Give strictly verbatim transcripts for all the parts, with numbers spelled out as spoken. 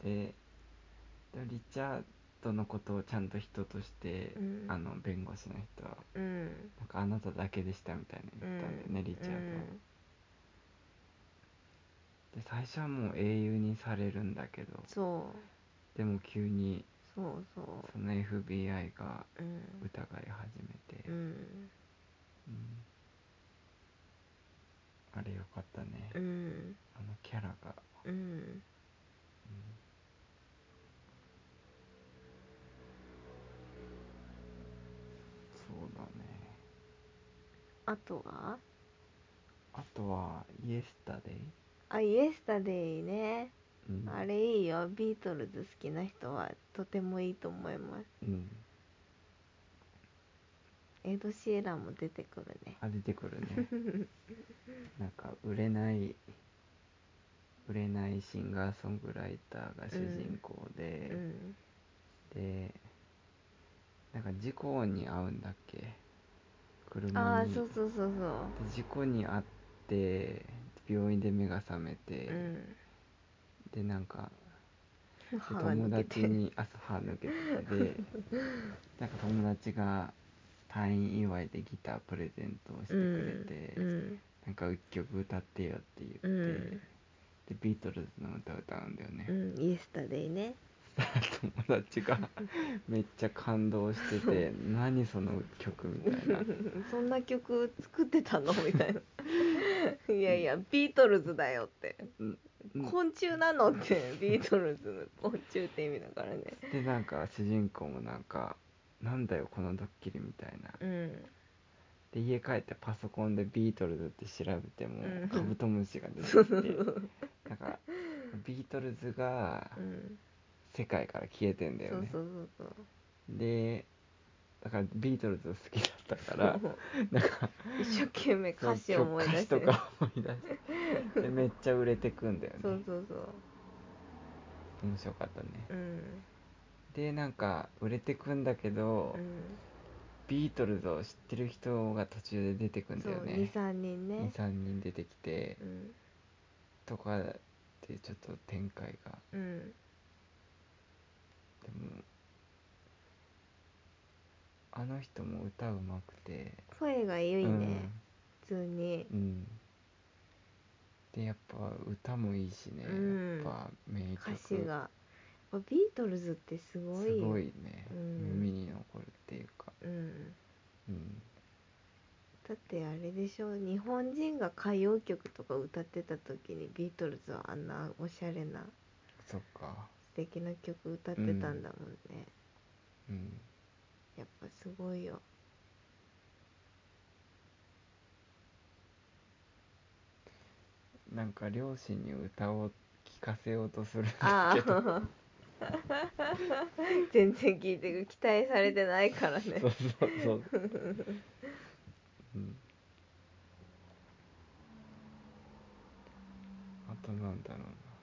でリチャードのことをちゃんと人として、 うん、 あの弁護士の人は、 うん、 なんかあなただけでしたみたいに言ったんだよね、 うん、 リチャードは、 うんで最初はもう英雄にされるんだけど、 そうでも急にそうそうその エフビーアイ がうん疑い始めて、 うんうんあれよかったね、 うんあのキャラが、 うんうんそうだね。 あとはあとはイエスタデイ、 あ、イエスタデイね。 うん、 あれいいよ。ビートルズ好きな人はとてもいいと思います。 うん、 エド・シーランも出てくるね。 あ出てくるねなんか売れない売れないシンガーソングライターが主人公で、 うん、 でなんか事故に遭うんだっけ、車ああ、 に。でそうそうそうそう。 事故に遭って病院で目が覚めて、 うん。 でなんかで歯が友抜けて。 達に朝歯抜けてて、でなんか友達が退院祝いでギタープレゼントをしうてくれん、 て、 うん、 なんか一曲歌ってよって言って、 うん、 でビートルズの歌歌うんだよね。 うん、イエスタデイね。 友達がめっちゃ感動してて何その曲みたいなそんな曲作ってたのみたいな。いやいや、ビートルズだよって。 うんうん昆虫なのってビートルズの昆虫って意味だからね。 でなんか主人公もなんかなんだよこのドッキリみたいな、 うんで家帰ってパソコンでビートルズって調べてもうんカブトムシが出そうてきて、 そうそうなんかビートルズがうん世界から消えてんだよね。 そうそうそうそうでだからビートルズ好きだったからそうなんか一生懸命歌そう詞を曲思い出して歌詞とか思い出してでめっちゃ売れてくんだよね。 そうそうそう面白かったね。 うんでなんか売れてくんだけど、 うんビートルズを知ってる人が途中で出てくんだそうよね。 にさんにんね。 にさんにん出てきてうんとかでちょっと展開が、 うんでもあの人も歌うまくて、 声がいいねうん普通に。 うんでやっぱ歌もいいしね、 うんやっぱ名歌詞曲がビートルズってすごすいよ。 ごいね、 うん耳に残るっていうか、 うんうんだってあれでしょ、日本人が歌謡曲とか歌ってた時にビートルズはあんなおしゃれなそっか、 素敵な曲歌っうんてたんだもんね。 うんやっぱすごいよ。 なんか両親に歌を聴かせようとするんだけどああ全然聞いてく期待されてないからねそうそうそう、うん、あとなんだろうな、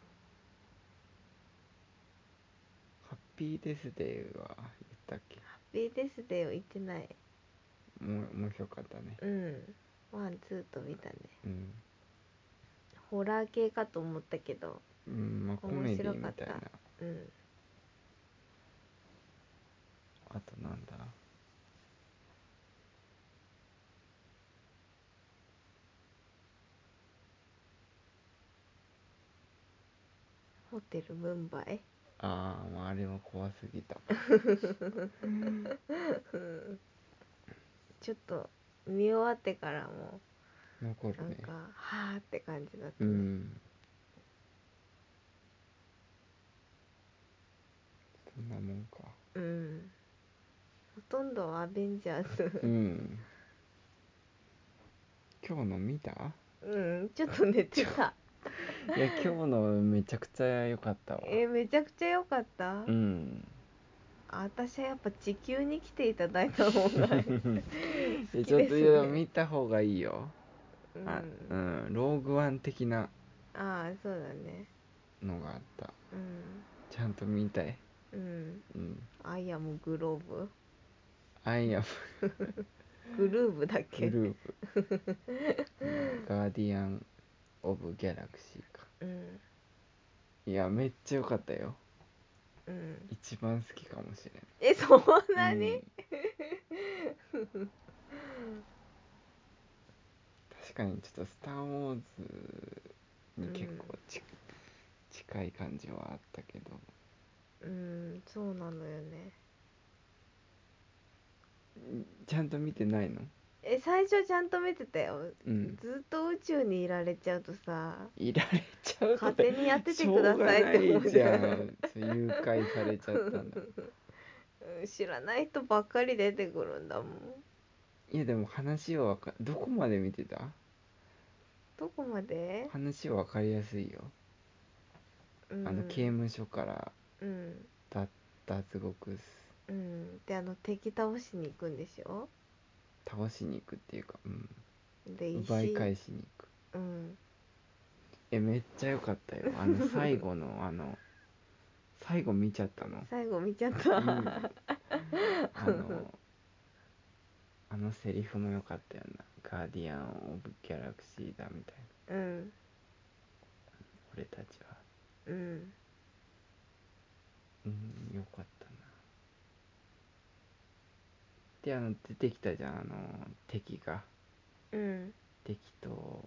ハッピーデスデーは言ったっけ。 ハッピーデスデーを言ってない。 もう面白かったね。 うんワンツーと見たね。 うんホラー系かと思ったけどうんまあコ面メデ白かった。 ィみたいな。 うんあとなんだ、 ホテルムンバイああもうあれは怖すぎたわちょっと見終わってからも残るね。 なんかはーって感じだっうたね。 んそんなもんか。 うんほとんどアベンジャーうズん今日の見た。 うんちょっと寝てた。 いや今日のめちゃくちゃ良かったわ。 えー、めちゃくちゃ良かった。 うんあ私はやっぱ地球に来ていただいた方が好えちょっときですいやね。 見た方がいいよ。あううんんローグワン的なああそうだね。 のがあった。 うんちゃんと見たい。 うんうんアイアムグローブアイアムグルーブだっけ。 グループ、まあ、ガーディアン・オブ・ギャラクシーか。 うんいやめっちゃ良かったよ。 うん、 一番好きかもしれえそんん。 なに、 うん、確かにちょっと「スター・ウォーズ」に結構ち、近い感じはあったけど、 うん、うん、そうなのよね。 ちゃんと見てないの？ え最初ちゃんと見てたよ。 うん。 ずっと宇宙にいられちゃうとさ、 いられちゃうと勝って手にやってしょてくだうがなさいって思いじゃうじゃん。 ん。そう誘拐されちゃったんだ。 うん、知らない人ばっかり出てくるんだもん。 いやでも話はわかどこまで見てた？ どこまで？ 話はわかりやすいよ。 うあの刑ん、 務所からうん、 脱脱獄すうん。であの敵倒しに行くんでしょ？ 倒しに行くっていうか、うん、 で奪い石、 返しに行く。 うん、 えめっちゃ良かったよ。あの最後のあの最後見ちゃったの？ 最後見ちゃった。 うん。あのあのセリフも良かったよな。ガーディアン・オブ・ギャラクシーだみたいな。 うん、 俺たちは。 うん、 うん、良かったな。で、あの出てきたじゃん、あの敵が。 うん。 敵と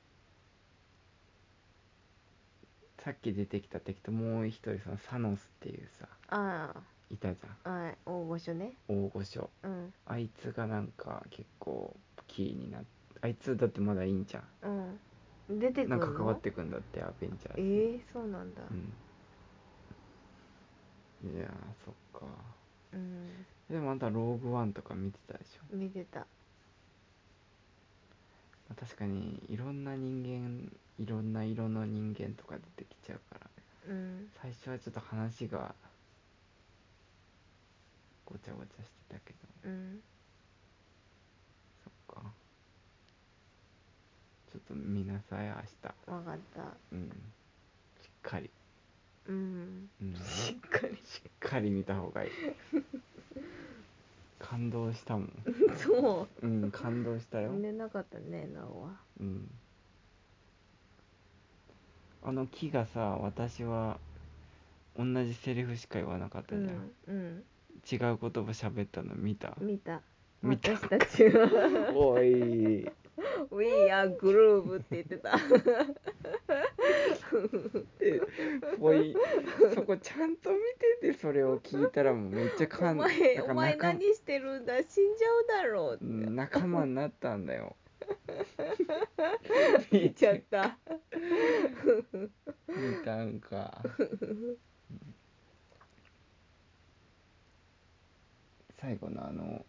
さっき出てきた敵ともう一人、そのサノスっていうさ、 あいたじあ、はい、大御所ね。 ゃん、大御所。 うん、 あいつがなんか結構キーになって、あいつだってまだいいんじゃうん。出てん。なんか関わっくんの？ てくんだって、アベンジャーズに。 えー、そうなんだ。 うん。いやー、そっか。 うん、 でもあんたローグワンとか見てたでしょ？ 見てた。 まあ確かにいろんな人間、いろんな色の人間とか出てきちゃうから、 うん、 最初はちょっと話がごちゃごちゃしてたけど、 うん。 そっか。ちょっと見なさい、明日。 わかった。 うん。しっかり。 うん。 うん。 しっかり。 しっかり見た方がいい。感動したもん。 そうん、感動したう。 よ。 寝なかったね、なおは。 うん。あの木がさ、私は同じセリフしか言わなかったじゃん。 うん、うん。 違う言葉喋ったの見た？ 見た。 見た。 私たちはおい。 We are groove って言ってた。 え、ポイ、そこちゃんと見てて、それを聞いたらもうめっちゃおかん、 前、 なんお前か仲、 何してるんだ、死んじゃうだろうって。 うん、仲間になったんだよ。 見ちゃった。 見たんか。最後のあの、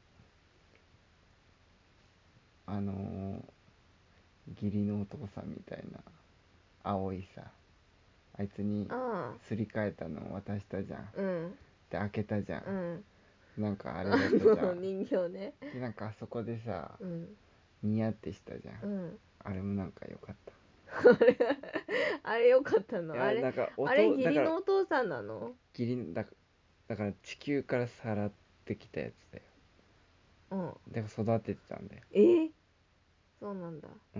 あの義理のお父さんみたいな青いさ、あいつにああ、 すり替えたの渡したじゃん。 うん、 で開けたじゃうん。 ん。なんかあれあだったじゃのん。 人形ね。 でなんかあそこでさ、 うん、 ニヤってしたじゃん。 うん。 あれもなんか良かった。 あれよかったの？あれ、 いやなんかあれ音だから義理のお父さんなの？ 義理だだから地球からさらってきたやつだよ。 うん。 でも育ててたんだよ。 えー、そうなんだ。 うん。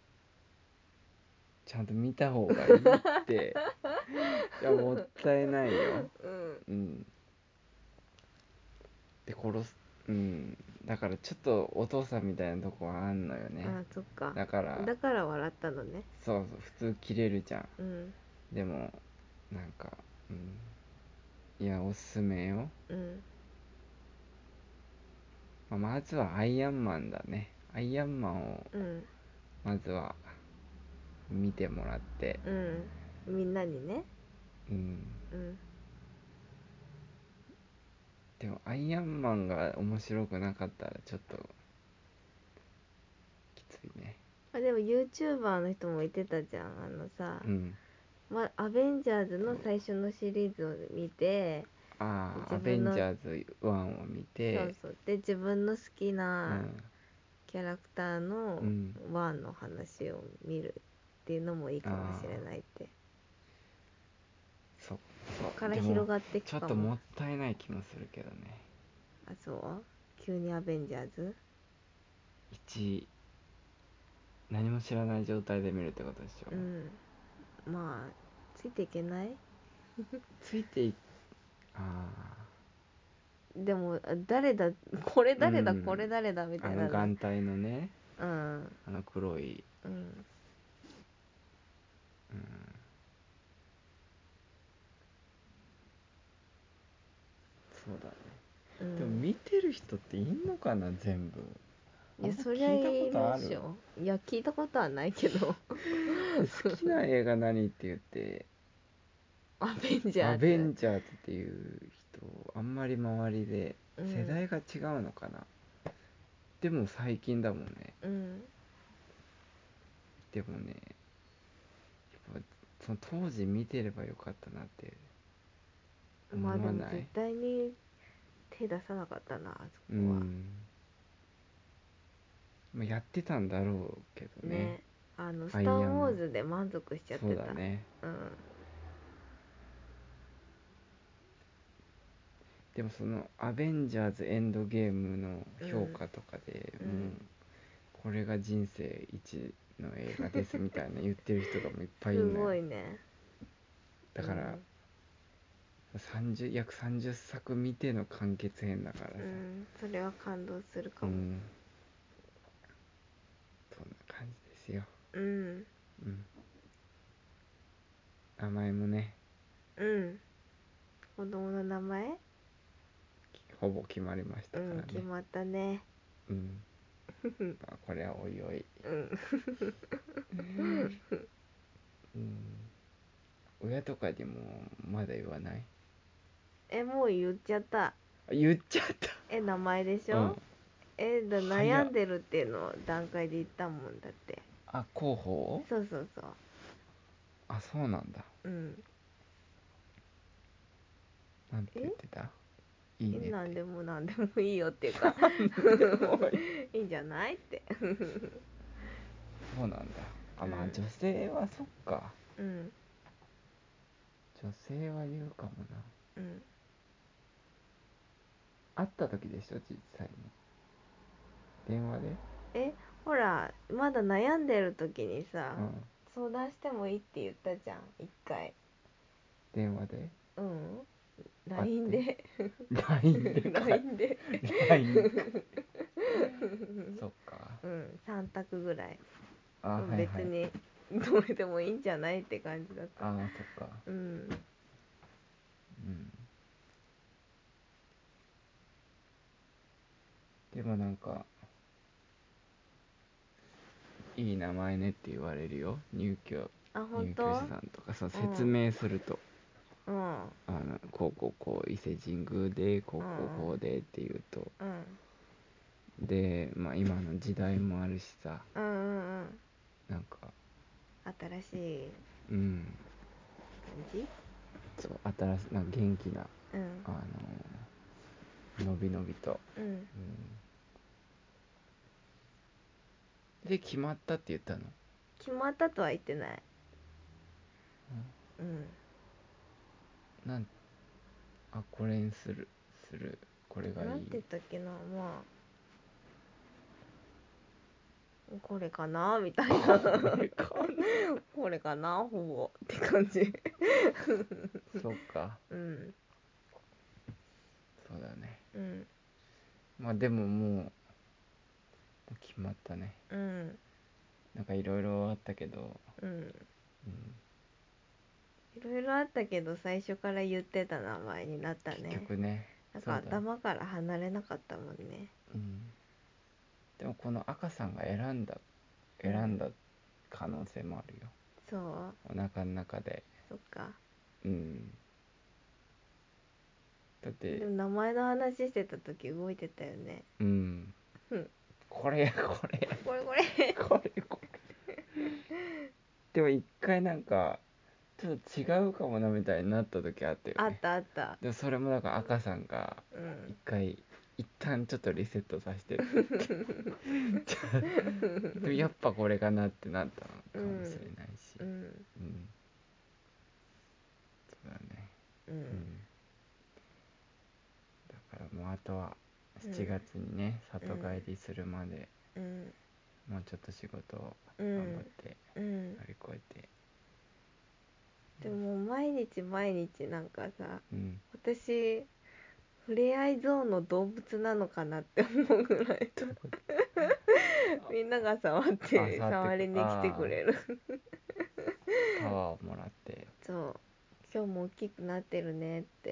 ちゃんと見た方がいいって。いやもったいないよ。 うん。 うん。で殺す。うん。だからちょっとお父さんみたいなとこはあんのよね。 あ、そっか。 だからだから笑ったのね。 そうそう普通切れるじゃん。 うん、 でもなんか、うん、いやおすすめよ。 うん。 まあ、まずはアイアンマンだね。アイアンマンをうん、 まずは見てもらって、 うん。みんなにね。 うん。 うん。 でもアイアンマンが面白くなかったらちょっときついね。 あ、でも YouTuber の人も言ってたじゃん。あのさ、 うん。 ま、アベンジャーズの最初のシリーズを見て、 ああ、アベ自分の、 ンジャーズワンを見て、 そうそう。で、自分の好きなうん、 キャラクターのうん。 ワンの話を見るっていうのもいいかもしれああ、 ないって。 そ、 ここからでも、 広がっていくかも。 ちょっともったいない気もするけどね。 あ、そう急にアベンジャーズ。 一、何も知らない状態で見るってことでしょ。 うん。まあ、ついていけない。 ついていあでも誰だこれあ、 誰だ、 うん、 これ誰だみたあいなの。 の眼帯のね、 うんあの黒い、 うんうん、そうだね。でもうん。 見てる人っていんのかな、全部。あんまいやそりゃ聞いたこいとある？ るでしょ。いや聞いたことはないけど。 好きな映画何って言ってアベンジャアーズ。 ベンジャーズっていう人あんまり周りで、世うん代が違うのかな。でも最近だもんね。 うんでもね、やっぱその当時見てればよかったなってまあでも絶思わない？ 対に手出さなかったな、あうそこは。 ん、まあ、やってたんだろうけどね。 ね。あのア 「スター・イアン、 ウォーズ」で満足しちゃっそうてた。 だね。 うんでもそのアベンジャーズエンドゲームの評うん価とかでもううんこれが人生一の映画ですみたいな言ってる人がもういっぱいいするのよ。 ごいね。 だからさんじゅう約さんじゅっさく見ての完結編だからさ。 うん、うん、それは感動するかも。 うん、そんな感じですよ。 うんうん、名前もねうん。子供の名前。 ほぼ決まりましうたからね。 ん決まったね。 うん、まあこれはおいおい。 うんうん、親とかにもまだ言わない？ えもう言っちゃった。 あ、言っちゃっえ名前でした。うん、 ょ。えだ悩早っ。 んでるっていうのを段階で言ったもんだって。 あ、候補？ そうそうそう。 あ、そうなんだ。 うんなんて言えってた？いいえねって。 なんでもなんでもいいよっていうかでもいいんじゃないってそうなんだ。あ、まあ女うん性はそっか。 うん女性は言うかもな。 うん会った時でしょ、実際に。電話で。 えほらまだ悩んでる時にさ、 うん。 相談してもいいって言ったじゃん一回。 電話でうん会っラインて。 でライン でかい。 ライン でライン かい。そっか。 うんさん択ぐらい。 あ、はいはい。 別にどれでもいいんじゃないって感じだった。 ああ、そっか。 うんうん。でもなんか、いい名前ねって言われるよ。入居、 あ本当。 入居者さんとか、その説うん明すると。 うんあの、こうこうこう、伊勢神宮で、こうんうこうこうでって言うと。 うんで、まあ今の時代もあるしさ、 うんうんうんなんか、 新しいうん、 感じ。 そう、新しい、なんか元気な、 うんあののびのびと。 うんうん。で、決まったって言ったの？ 決まったとは言ってない。うんなん、あ、これにする、する、これがいい。 なんて言ったっけな。まあこれかなみたいなこれかな。 これかなほぼって感じそっか。 うんそうだね。 うんまあでももう、決まったね。 うんなんかいろいろあったけど、 うんうん、 いろいろあったけど最初から言ってた名前になった結ね。 局ね。 なんかそうだ。 頭から離れなかったもんね。 うん。でもこの赤さんが選んだ、 うん選んだ可能性もあるよ。 そうお腹の中で。 そっか。 うん。だって、 でも名前の話してた時動いてたよね。 うん。 うんこれや、これや、 これこれこれ、これ。でも一回なんか、ちょっと違うかもなみたいになった時あったよね。 あったあった。 でもそれもなんか赤さんがうん一回一旦ちょっとリセットさせてでもやっぱこれかなってなったのうかもしれんないし。 うんうん、そうだね。 うんうん、だからもうあとはうんしちがつにね里うん帰りするまでうんもうちょっと仕事をうん頑張ってうん乗り越えてでも毎日毎日なんかさ、 うん私触れ合いゾーンの動物なのかなって思うぐらいみんなが触っあて触ってく触りに来てくれるパワーをもらってそう今日も大きくなってるねって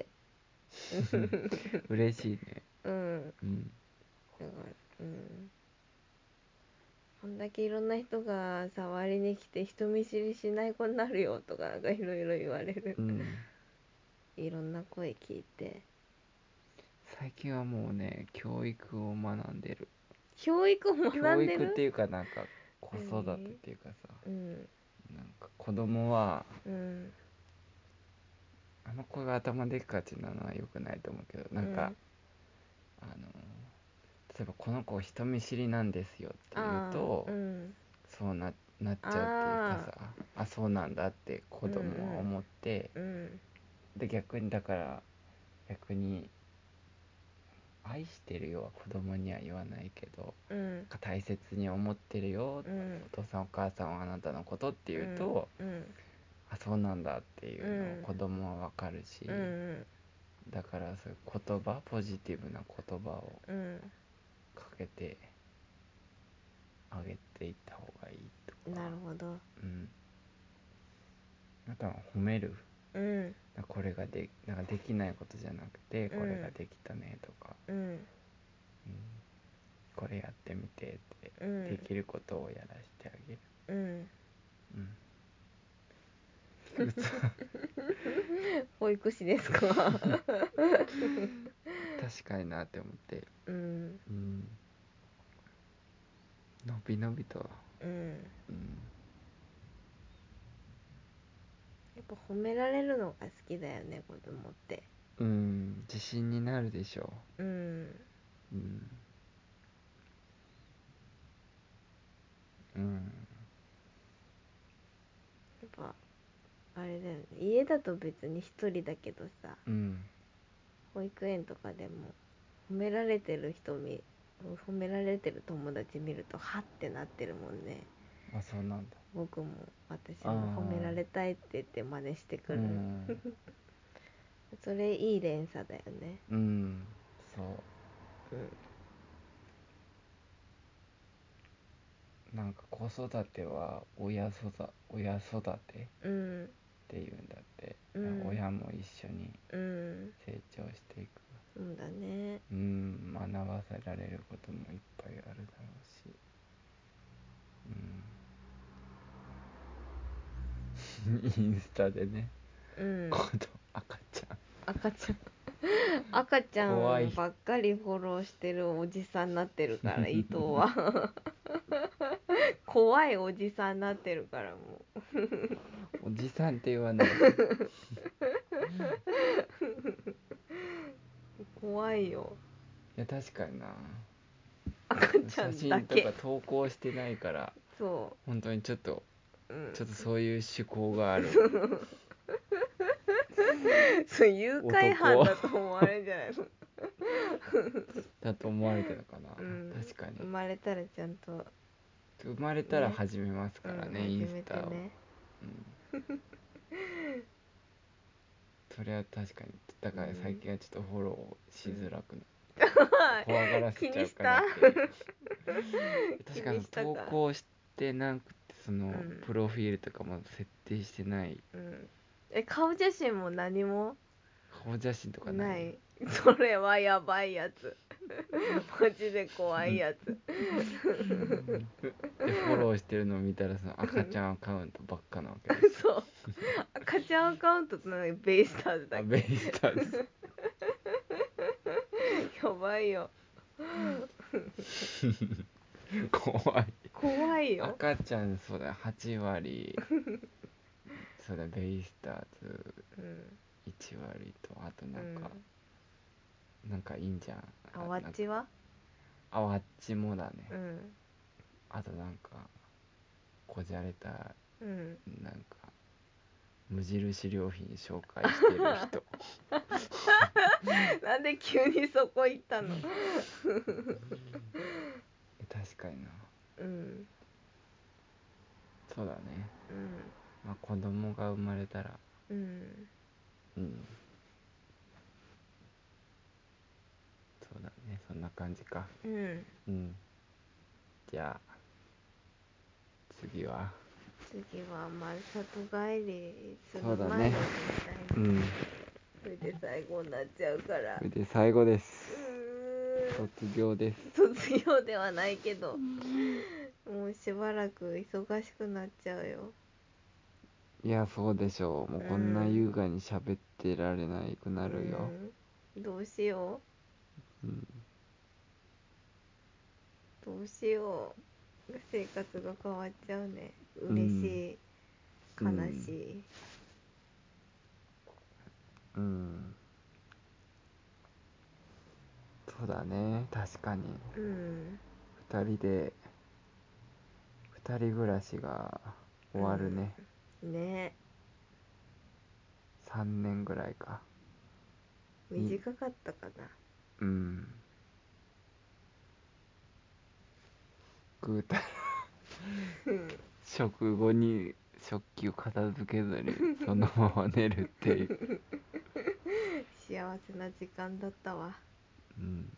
嬉しいね。 うんうんだからうんこんだけいろんな人が触りに来て人見知りしない子になるよとかなんかいろいろ言われるうんいろんな声聞いて最近はもうね教育を学んでる。 教育を学教んでる育っていうかなんか子育てっていうかさ、 うんなんか子供はうんあの子が頭でっかちなのは良くないと思うけど、なんか、 うんあの例えばこの子人見知りなんですよっていうああと、 うんそうな、なっちゃうっていうかあさ、あそうなんだって子うん供は思って、 うんうんで逆にだから逆に愛してるよは子供には言わないけど、 うん大切に思ってるよ、 うんお父さんお母さんはあなたのことってう言うと、 んうんあそうなんだっていうのをうん子供はわかるし、 うんだからそういう言葉、ポジティブな言葉をうんかけてあげていった方がいいとか、 なるほどうん、あとは褒める、 うんこれがでなんかできないことじゃなくて、 うんこれができたねとか、 うんうん、これやってみてって、 うんできることをやらせてあげる、 うんうん、菊池さん保育士ですか確かになって思って、 うんうん、のびのびと、 うんうん、 やっぱ褒められるのが好きだよね子供ってうん、自信になるでしょうんう、うんうん、 やっぱあれだよね家だと別に一人だけどさうん保育園とかでも褒められてる人見褒められてる友達見るとはってなってるもんねあそうなんだ、 僕も私あも褒めらあれたいって言って真似してくうるんそれいい連鎖だよねうんそうんうなんか子育ては親育親育てっうんていうんだって、 うん親も一緒にうん成長していく、 そうだねうん学ばせられることもいっぱいあるだろうし、うん、インスタでね、 うん子供赤ちゃん赤ちゃん赤ちゃ怖いんばっかりフォローしてるおじさんになってるから伊藤は怖いおじさんになってるからもおじさんって言わないでう怖いよいや確かにな、 赤ちゃ写んだけ真とか投稿してないからそ本当にちょっとううんちょっとそういう趣向があるそう誘拐犯男だと思われるんじゃないのだと思われてるのかな、 うん確かに生まれたらちゃんと生まれたらね始めますからね、 うん始インスタを、 めてねうん、それは確かにだから最近はちょっとフォローしづらくなった、怖がらせ気ちゃうかにしたらっていう気確かににしたか投稿してなくてその、 うんプロフィールとかも設定してないうんえ顔写真も何も顔写真とかないよ、 ないそれはやばいやつマジで怖いやつでフォローしてるのを見たらその赤ちゃんアカウントばっかなわけですそう赤ちゃんアカウントって何ベイスターズだあっけベイスターズやばいよ怖い怖いよ赤ちゃんそうだはち割そうだベイスターズうんいち割とあとなんか、 うんなんかいいんじゃんあわっちはあわっちもだね、 うんあとなんかこじゃれたうんなんか無印良品紹介してる人なんで急にそこ行ったの確かになうんそうだね、 うんまあ子供が生まれたらうんうんそうだね、そんな感じか。 うんうんじゃあ次は次はまあ里帰りするそうだね前の状態に、 うんそれで最後になっちゃうからこれで最後でうす。 ーん卒業です。 卒業ではないけどもうしばらく忙しくなっちゃうよ。 いやそうでしょう。もうこんな優雅に喋ってられなくなるよ。 うんどうしようんうどうしよう生活が変わっちゃうね。嬉しい、 うん悲しい、 うんそうだね、確かにうん二人で二人暮らしが終わるね。 うんねさんねんぐらいか。 短かったかな。 うんぐうたらうん食後に食器を片付けずにそのまま寝るっていう幸せな時間だったわ。 うん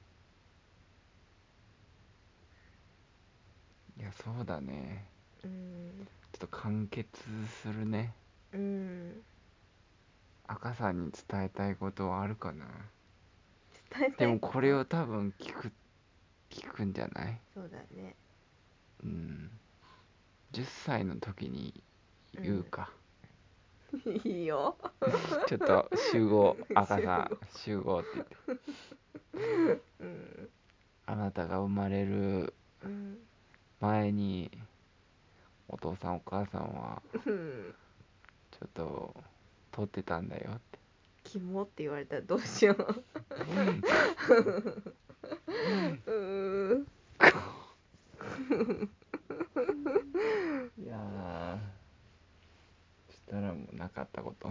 いやそうだね、 うんちょっと完結するね。 うん赤さんに伝えたいことはあるかな。 伝えたでもいことこれを多分聞く聞くんじゃない。 そうだね。 うんじゅっさいの時に言うか、 うん、いいよちょっと集合赤集さん合集合って言って、 うんあなたが生まれるうん前にお父さんお母さんはうんちょっと撮ってたんだよって。 キモって言われたらどうしよううーんいやーそしたらもうなかったこと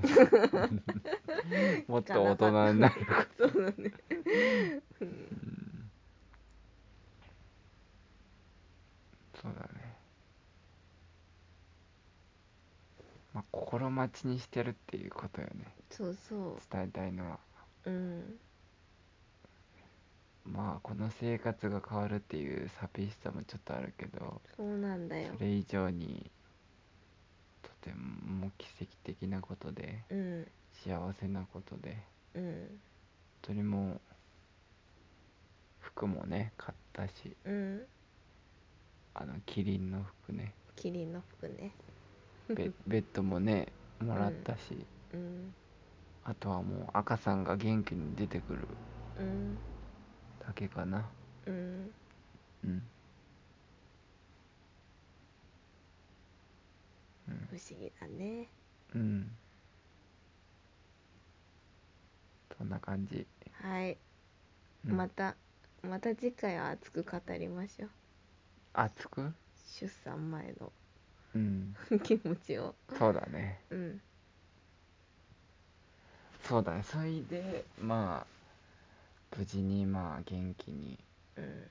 もっと大人になるそうだねうんそうだね、まあ、心待ちにしてるっていうことよね、 そうそ伝えたいのは。 ううんまあこの生活が変わるっていう寂しさもちょっとあるけど、 そうなんだよ。 それ以上にとても奇跡的なことでうん幸せなことで、 うん本当にもう服もね買ったし、 うんあのキリンの服ね、 キリンの服ねベベッドもねもらったし、 うんあとはもう赤さんが元気に出てくるうんだけかな。 うんうん不思議だね。 うんそんな感じ。 はい、 うんまたまた次回は熱く語りましょう。 熱く出産前のうん気持ちをそうだねうんそうだねそれでまあ無事にまあ元気にうん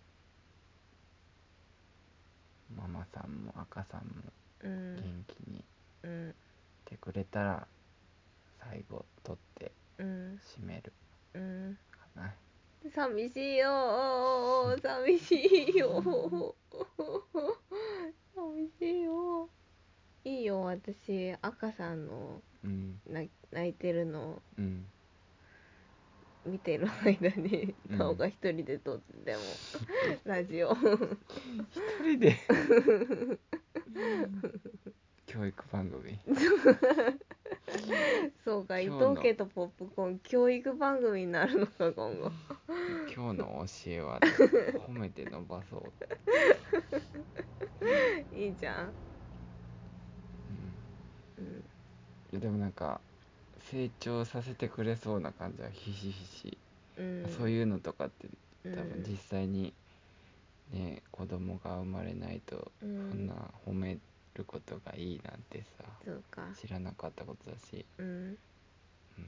ママさんも赤さんもうん元気にいうんてくれたら最後取ってうん締めるうんかな。 寂しいよ寂しいよ寂しいよ。いいよ、私赤さんのうん泣泣いてるのうん見てる間にうんタオが一人で撮っててもラジオ一人で教育番組そうか、伊今日の藤家とポップコーン教育番組になるのか今後今日の教えは褒めて伸ばそう、 いいじゃん。うんうん、でもなんか成長させてくれそうな感じはひしひし、 うんそういうのとかってうん多分実際にね子供が生まれないとうんそんな褒めることがいいなんてさそうか知らなかったことだし、 うんうん、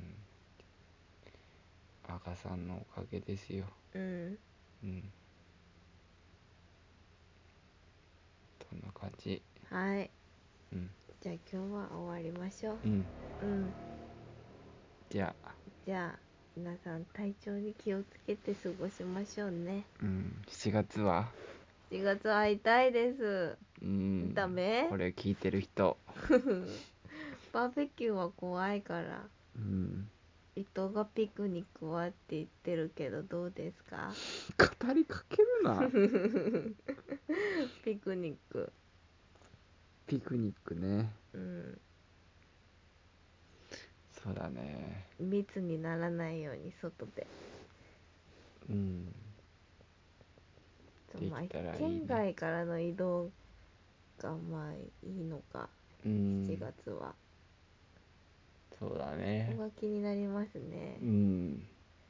赤さんのおかげですよ。 うんうんそんな感じ。 はい、 うんじゃあ今日は終わりましょう。 うんうんじゃあじゃあ皆さん体調に気をつけて過ごしましょうね。 うんしちがつはしちがつ会いたいです。 うんダメこれ聞いてる人バーベキューは怖いから。 うん伊藤がピクニックはって言ってるけどどうですか？ 語りかけるなピクニック。 ピクニックねうんそうだね密にならないように外で。 うんできまあたらいいね県外からの移動がまあいいのか。 うんしちがつはそうだこねこが気になりますね。 うん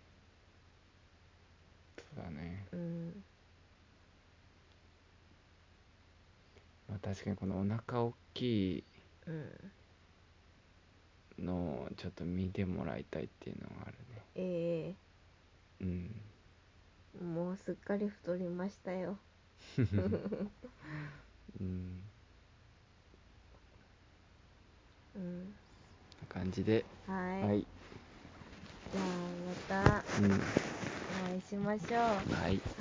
そうだねうんまあ確かにこのお腹大きいうんのをちょっと見てもらいたいっていうのがあるねえうんえもうすっかり太りましたよ。 うんうんな感じではい、 はいじゃあまたうんお会いしましょう。 はい